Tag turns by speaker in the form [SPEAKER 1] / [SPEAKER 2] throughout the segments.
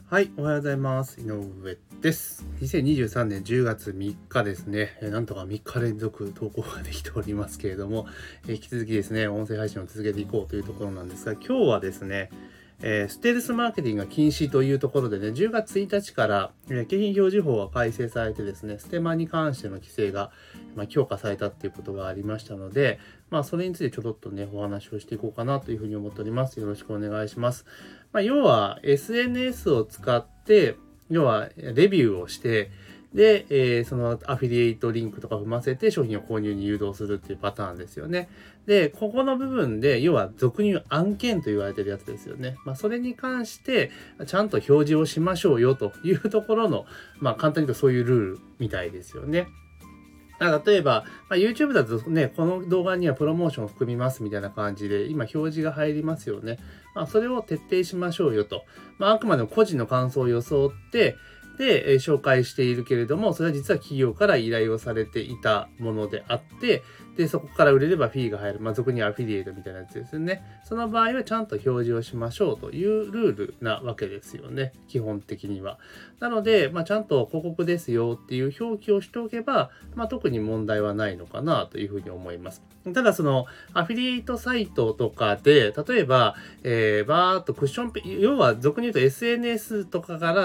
[SPEAKER 1] はい、おはようございます。井上です。2023年10月3日ですね。なんとか3日連続投稿ができておりますけれども、引き続きですね、音声配信を続けていこうというところなんですが、今日はですね、ステルスマーケティングが禁止というところでね、10月1日から、景品表示法が改正されてですね、ステマに関しての規制が、強化されたっていうことがありましたので、それについてちょっとね、お話をしていこうかなというふうに思っております。よろしくお願いします。要は SNS を使って、要はレビューをして、で、そのアフィリエイトリンクとか踏ませて商品を購入に誘導するっていうパターンですよね。で、ここの部分で、要は俗に言う案件と言われてるやつですよね。それに関して、ちゃんと表示をしましょうよというところの、簡単に言うとそういうルールみたいですよね。例えば、YouTube だとね、この動画にはプロモーションを含みますみたいな感じで、今表示が入りますよね。それを徹底しましょうよと。あくまでも個人の感想を装って、で、紹介しているけれども、それは実は企業から依頼をされていたものであって、で、そこから売れればフィーが入る。俗にアフィリエイトみたいなやつですよね。その場合はちゃんと表示をしましょうというルールなわけですよね。基本的には。なので、ちゃんと広告ですよっていう表記をしておけば、特に問題はないのかなというふうに思います。ただそのアフィリエイトサイトとかで、例えば、バーっとクッションページ、要は俗に言うと SNS とかから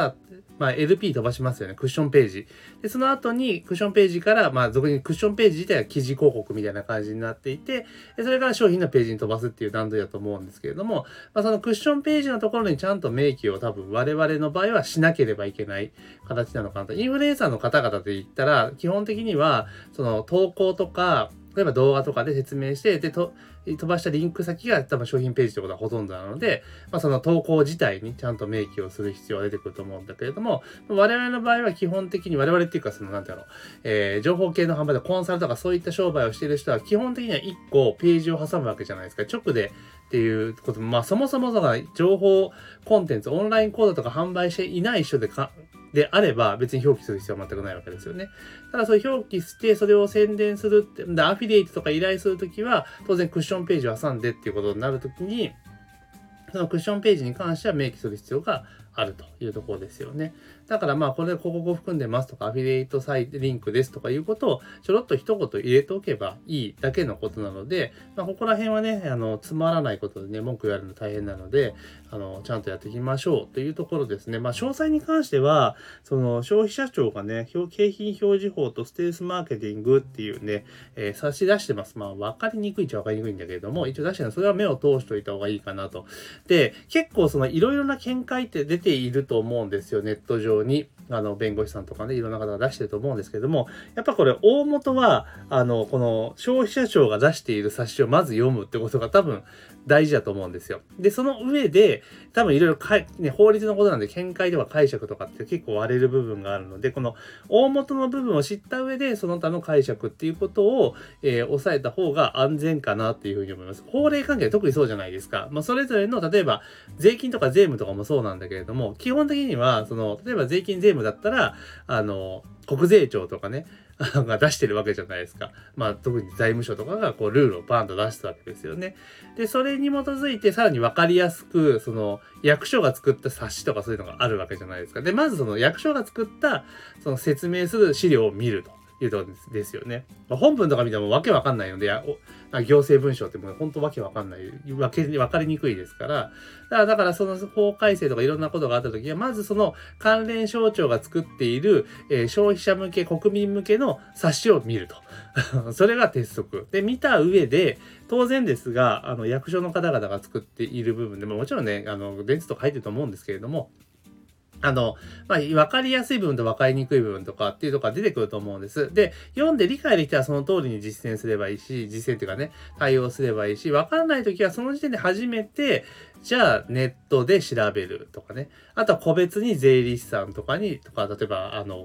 [SPEAKER 1] 、LP 飛ばしますよね。クッションページ。で、その後にクッションページから、俗にクッションページ自体は記事広告みたいな感じになっていて、でそれから商品のページに飛ばすっていう段取りだと思うんですけれども、そのクッションページのところにちゃんと明記を多分我々の場合はしなければいけない形なのかなと。インフルエンサーの方々で言ったら、基本的には、その投稿とか、例えば動画とかで説明して、で、飛ばしたリンク先が多分商品ページってことはほとんどなので、その投稿自体にちゃんと明記をする必要が出てくると思うんだけれども、我々の場合は基本的に、我々っていうかなんていうの、情報系の販売でコンサルとかそういった商売をしている人は基本的には1個ページを挟むわけじゃないですか。直でっていうことも、そもそも情報コンテンツ、オンライン講座とか販売していない人であれば別に表記する必要は全くないわけですよね。ただそれ表記してそれを宣伝するって、アフィリエイトとか依頼するときは当然クッションページを挟んでっていうことになるときに、そのクッションページに関しては明記する必要があるというところですよね。だからこれで広告を含んでますとか、アフィリエイトサイトリンクですとかいうことをちょろっと一言入れておけばいいだけのことなので、ここら辺はね、つまらないことでね、文句言われるの大変なので、ちゃんとやっていきましょうというところですね。詳細に関しては、その消費者庁がね、景品表示法とステルスマーケティングっていうね、差し出してます。わかりにくいっちゃわかりにくいんだけれども、一応出してるの、それは目を通しておいた方がいいかなと。で、結構いろいろな見解って出ていると思うんですよ、ネット上に。弁護士さんとかね、いろんな方が出してると思うんですけども、やっぱこれ、大元は、この消費者庁が出している冊子をまず読むってことが多分大事だと思うんですよ。で、その上で、多分いろいろ法律のことなんで、見解とか解釈とかって結構割れる部分があるので、この大元の部分を知った上で、その他の解釈っていうことを、抑えた方が安全かなっていうふうに思います。法令関係は特にそうじゃないですか。それぞれの、例えば、税金とか税務とかもそうなんだけれども、基本的には、例えば税金税務だったら、国税庁とかね、が出してるわけじゃないですか。特に財務省とかがこうルールをバーンと出したわけですよね。で、それに基づいてさらに分かりやすく、役所が作った冊子とかそういうのがあるわけじゃないですか。で、まず役所が作った、説明する資料を見ると。いうとですよね。本文とか見てもわけわかんないので、行政文書ってもう本当わけわかんない、わかりにくいですから、だからその法改正とかいろんなことがあった時は、まずその関連省庁が作っている、消費者向け、国民向けの冊子を見ると。それが鉄則。で、見た上で、当然ですが、役所の方々が作っている部分でも、もちろんね、電通とか入ってると思うんですけれども、わかりやすい部分とわかりにくい部分とかっていうとこが出てくると思うんです。で、読んで理解できたらその通りに実践すればいいし、実践っていうかね、対応すればいいし、わからないときはその時点で初めて、じゃあネットで調べるとかね。あとは個別に税理士さんとかに、例えば、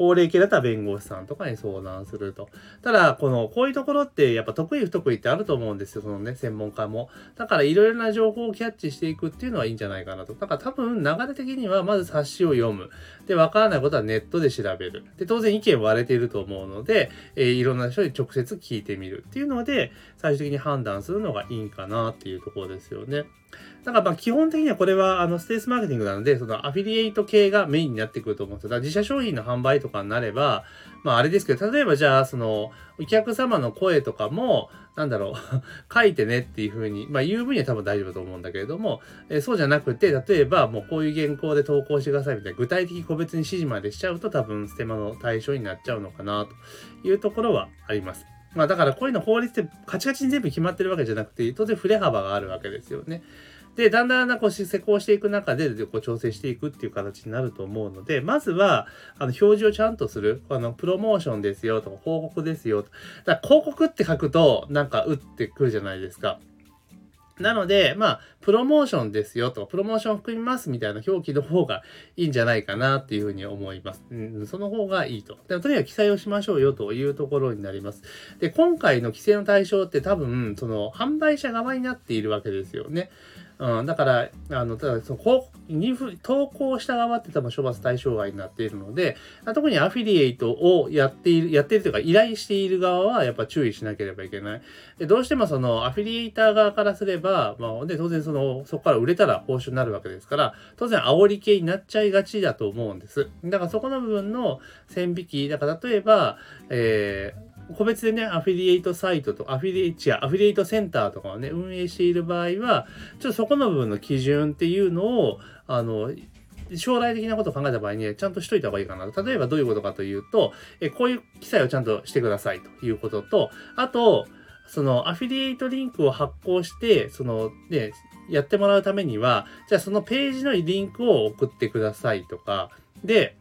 [SPEAKER 1] 法令系だったら弁護士さんとかに相談すると。ただ、こういうところってやっぱ得意不得意ってあると思うんですよ、そのね、専門家も。だからいろいろな情報をキャッチしていくっていうのはいいんじゃないかなと。だから多分流れ的にはまず冊子を読む。で、わからないことはネットで調べる。で、当然意見割れていると思うので、いろんな人に直接聞いてみるっていうので、最終的に判断するのがいいんかなっていうところですよね。だから基本的にはこれはステースマーケティングなので、そのアフィリエイト系がメインになってくると思うんですよ。だから自社商品の販売とかになれば、あれですけど、例えばじゃあお客様の声とかも、書いてねっていう風に、言う分には多分大丈夫だと思うんだけれども、そうじゃなくて、例えばもうこういう原稿で投稿してくださいみたいな具体的個別に指示までしちゃうと多分ステマの対象になっちゃうのかなというところはあります。だからこういうの法律ってカチカチに全部決まってるわけじゃなくて、当然振れ幅があるわけですよね。で、だんだん施行していく中で、調整していくっていう形になると思うので、まずは、表示をちゃんとする。プロモーションですよとか、広告ですよと。だから広告って書くと、打ってくるじゃないですか。なので、プロモーションですよとか、プロモーション含みますみたいな表記の方がいいんじゃないかなっていうふうに思います。その方がいいと。でもとにかく記載をしましょうよというところになります。で、今回の規制の対象って多分、販売者側になっているわけですよね。だから、ただ投稿した側って多分処罰対象外になっているので、特にアフィリエイトをやっているというか依頼している側はやっぱ注意しなければいけない。でどうしてもアフィリエイター側からすれば、で当然そこから売れたら報酬になるわけですから、当然煽り系になっちゃいがちだと思うんです。だからそこの部分の線引き、だから例えば、個別でね、アフィリエイトサイトと、アフィリエイトセンターとかをね、運営している場合は、ちょっとそこの部分の基準っていうのを、将来的なことを考えた場合に、ちゃんとしといた方がいいかなと。例えばどういうことかというと、こういう記載をちゃんとしてくださいということと、あと、アフィリエイトリンクを発行して、やってもらうためには、じゃあそのページのリンクを送ってくださいとか、で、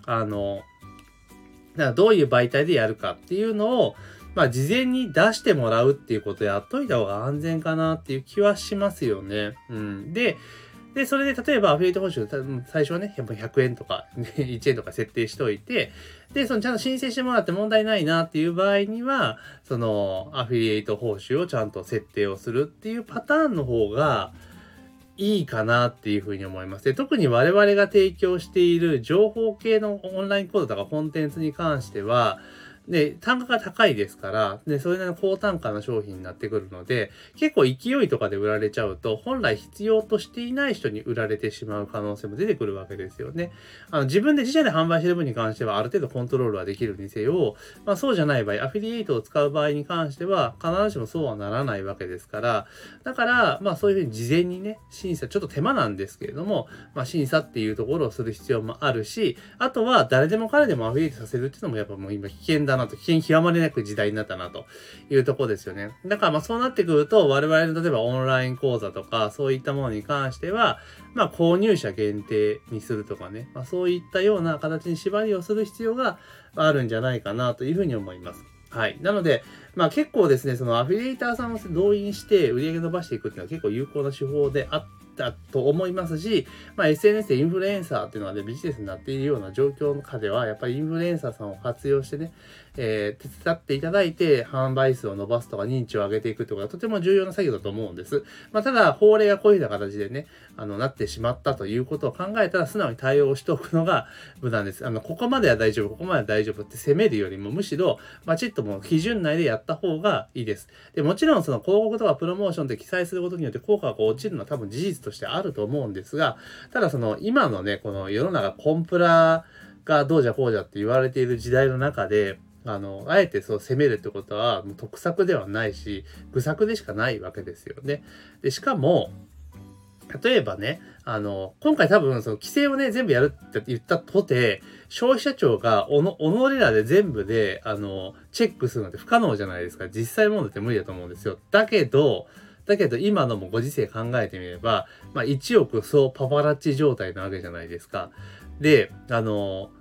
[SPEAKER 1] どういう媒体でやるかっていうのを、事前に出してもらうっていうことをやっといた方が安全かなっていう気はしますよね。で、それで例えばアフィリエイト報酬、最初はね、100円とか、1円とか設定しておいて、で、ちゃんと申請してもらって問題ないなっていう場合には、アフィリエイト報酬をちゃんと設定をするっていうパターンの方が、いいかなっていうふうに思います。で、特に我々が提供している情報系のオンライン講座とかコンテンツに関しては、で、単価が高いですから、で、それなりの高単価の商品になってくるので、結構勢いとかで売られちゃうと、本来必要としていない人に売られてしまう可能性も出てくるわけですよね。自分で自社で販売している分に関しては、ある程度コントロールはできるにせよ、そうじゃない場合、アフィリエイトを使う場合に関しては、必ずしもそうはならないわけですから、だから、そういうふうに事前にね、審査、ちょっと手間なんですけれども、審査っていうところをする必要もあるし、あとは誰でも彼でもアフィリエイトさせるっていうのもやっぱもう今危険だなと、危険極まりなく時代になったなというところですよね。だからそうなってくると、我々の例えばオンライン講座とか、そういったものに関しては、購入者限定にするとかね、そういったような形に縛りをする必要があるんじゃないかなというふうに思います。はい。なので、結構ですね、アフィリエイターさんを動員して売り上げ伸ばしていくっていうのは結構有効な手法であったと思いますし、SNS でインフルエンサーっていうのはね、ビジネスになっているような状況の下では、やっぱりインフルエンサーさんを活用してね、手伝っていただいて、販売数を伸ばすとか認知を上げていくってことはとても重要な作業だと思うんです。ただ、法令がこういうような形でね、なってしまったということを考えたら、素直に対応しておくのが無難です。ここまでは大丈夫、ここまでは大丈夫って責めるよりも、むしろ、バチッともう基準内でやった方がいいです。で、もちろん広告とかプロモーションって記載することによって効果が落ちるのは多分事実としてあると思うんですが、ただ今のね、この世の中コンプラがどうじゃこうじゃって言われている時代の中で、あえて攻めるってことは、もう得策ではないし、愚策でしかないわけですよね。で、しかも、例えばね、今回多分規制をね、全部やるって言ったとて、消費者庁が己らで全部で、チェックするのって不可能じゃないですか。実際問題って無理だと思うんですよ。だけど、今のもご時世考えてみれば、1億総パパラッチ状態なわけじゃないですか。で、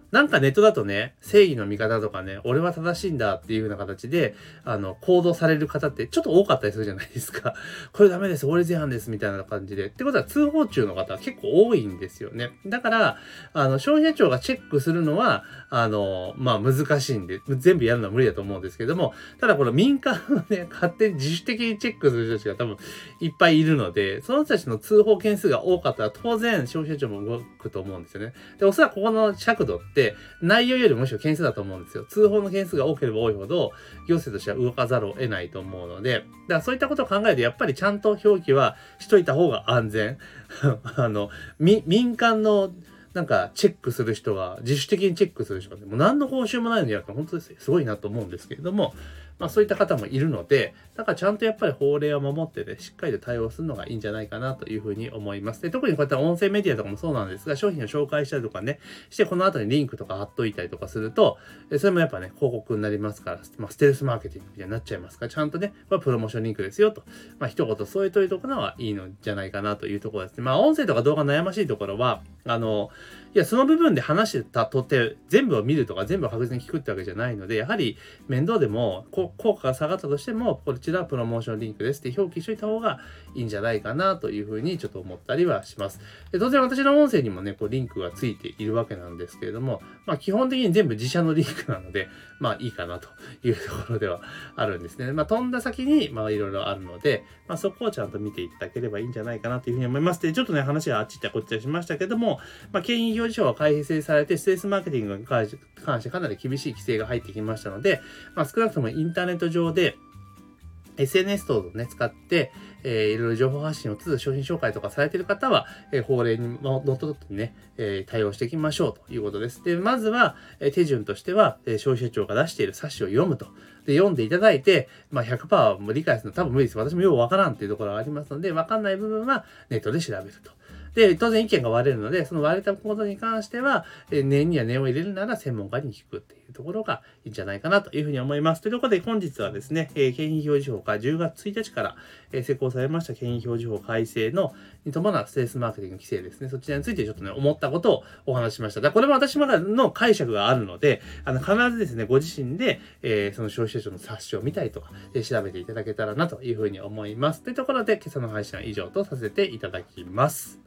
[SPEAKER 1] なんかネットだとね、正義の味方とかね、俺は正しいんだっていう風な形で、行動される方ってちょっと多かったりするじゃないですか。これダメです、法律違反です、みたいな感じで。ってことは通報中の方は結構多いんですよね。だから、消費者庁がチェックするのは、難しいんで、全部やるのは無理だと思うんですけども、ただこの民間のね、勝手に自主的にチェックする人たちが多分いっぱいいるので、その人たちの通報件数が多かったら当然消費者庁も動くと思うんですよね。で、おそらくここの尺度って内容よりもむしろ件数だと思うんですよ。通報の件数が多ければ多いほど、行政としては動かざるを得ないと思うので、だからそういったことを考えると、やっぱりちゃんと表記はしといた方が安全。民間のなんかチェックする人が、自主的にチェックする人が、もう何の報酬もないのにやると本当ですすごいなと思うんですけれども、そういった方もいるので、だからちゃんとやっぱり法令を守ってね、しっかりと対応するのがいいんじゃないかなというふうに思います。で、特にこういった音声メディアとかもそうなんですが、商品を紹介したりとかね、してこの後にリンクとか貼っといたりとかすると、それもやっぱね、広告になりますから、ステルスマーケティングみたいになっちゃいますから、ちゃんとね、これはプロモーションリンクですよと、一言添えといておくのはいいのじゃないかなというところですね。音声とか動画悩ましいところは、いや、その部分で話してたとって、全部を見るとか全部を確実に聞くってわけじゃないので、やはり面倒でも、効果が下がったとしても、こちらはプロモーションリンクですって表記しといた方がいいんじゃないかなというふうにちょっと思ったりはします。で、当然私の音声にもね、リンクがついているわけなんですけれども、基本的に全部自社のリンクなので、いいかなというところではあるんですね。飛んだ先に、いろいろあるので、そこをちゃんと見ていただければいいんじゃないかなというふうに思います。で、ちょっとね、話があっち行ったこっち行ったしましたけども、景品表示法は改正されて、ステースマーケティングに関してかなり厳しい規制が入ってきましたので、少なくともインターネット上で、SNS 等をね、使って、いろいろ情報発信をつつ商品紹介とかされている方は、法令にのっとってね、対応していきましょうということです。で、まずは、手順としては、消費者庁が出している冊子を読むと。で、読んでいただいて、100% も理解するのは多分無理です。私もようわからんっていうところがありますので、わかんない部分はネットで調べると。で、当然意見が割れるので、その割れたことに関しては、念には念を入れるなら専門家に聞くっていうところがいいんじゃないかなというふうに思います。というところで本日はですね、景品表示法が10月1日から、施行されました景品表示法改正に伴うステースマーケティング規制ですね。そちらについてちょっとね、思ったことをお話ししました。これも私の解釈があるので、必ずですね、ご自身で、その消費者庁の冊子を見たりとか、調べていただけたらなというふうに思います。というところで、今朝の配信は以上とさせていただきます。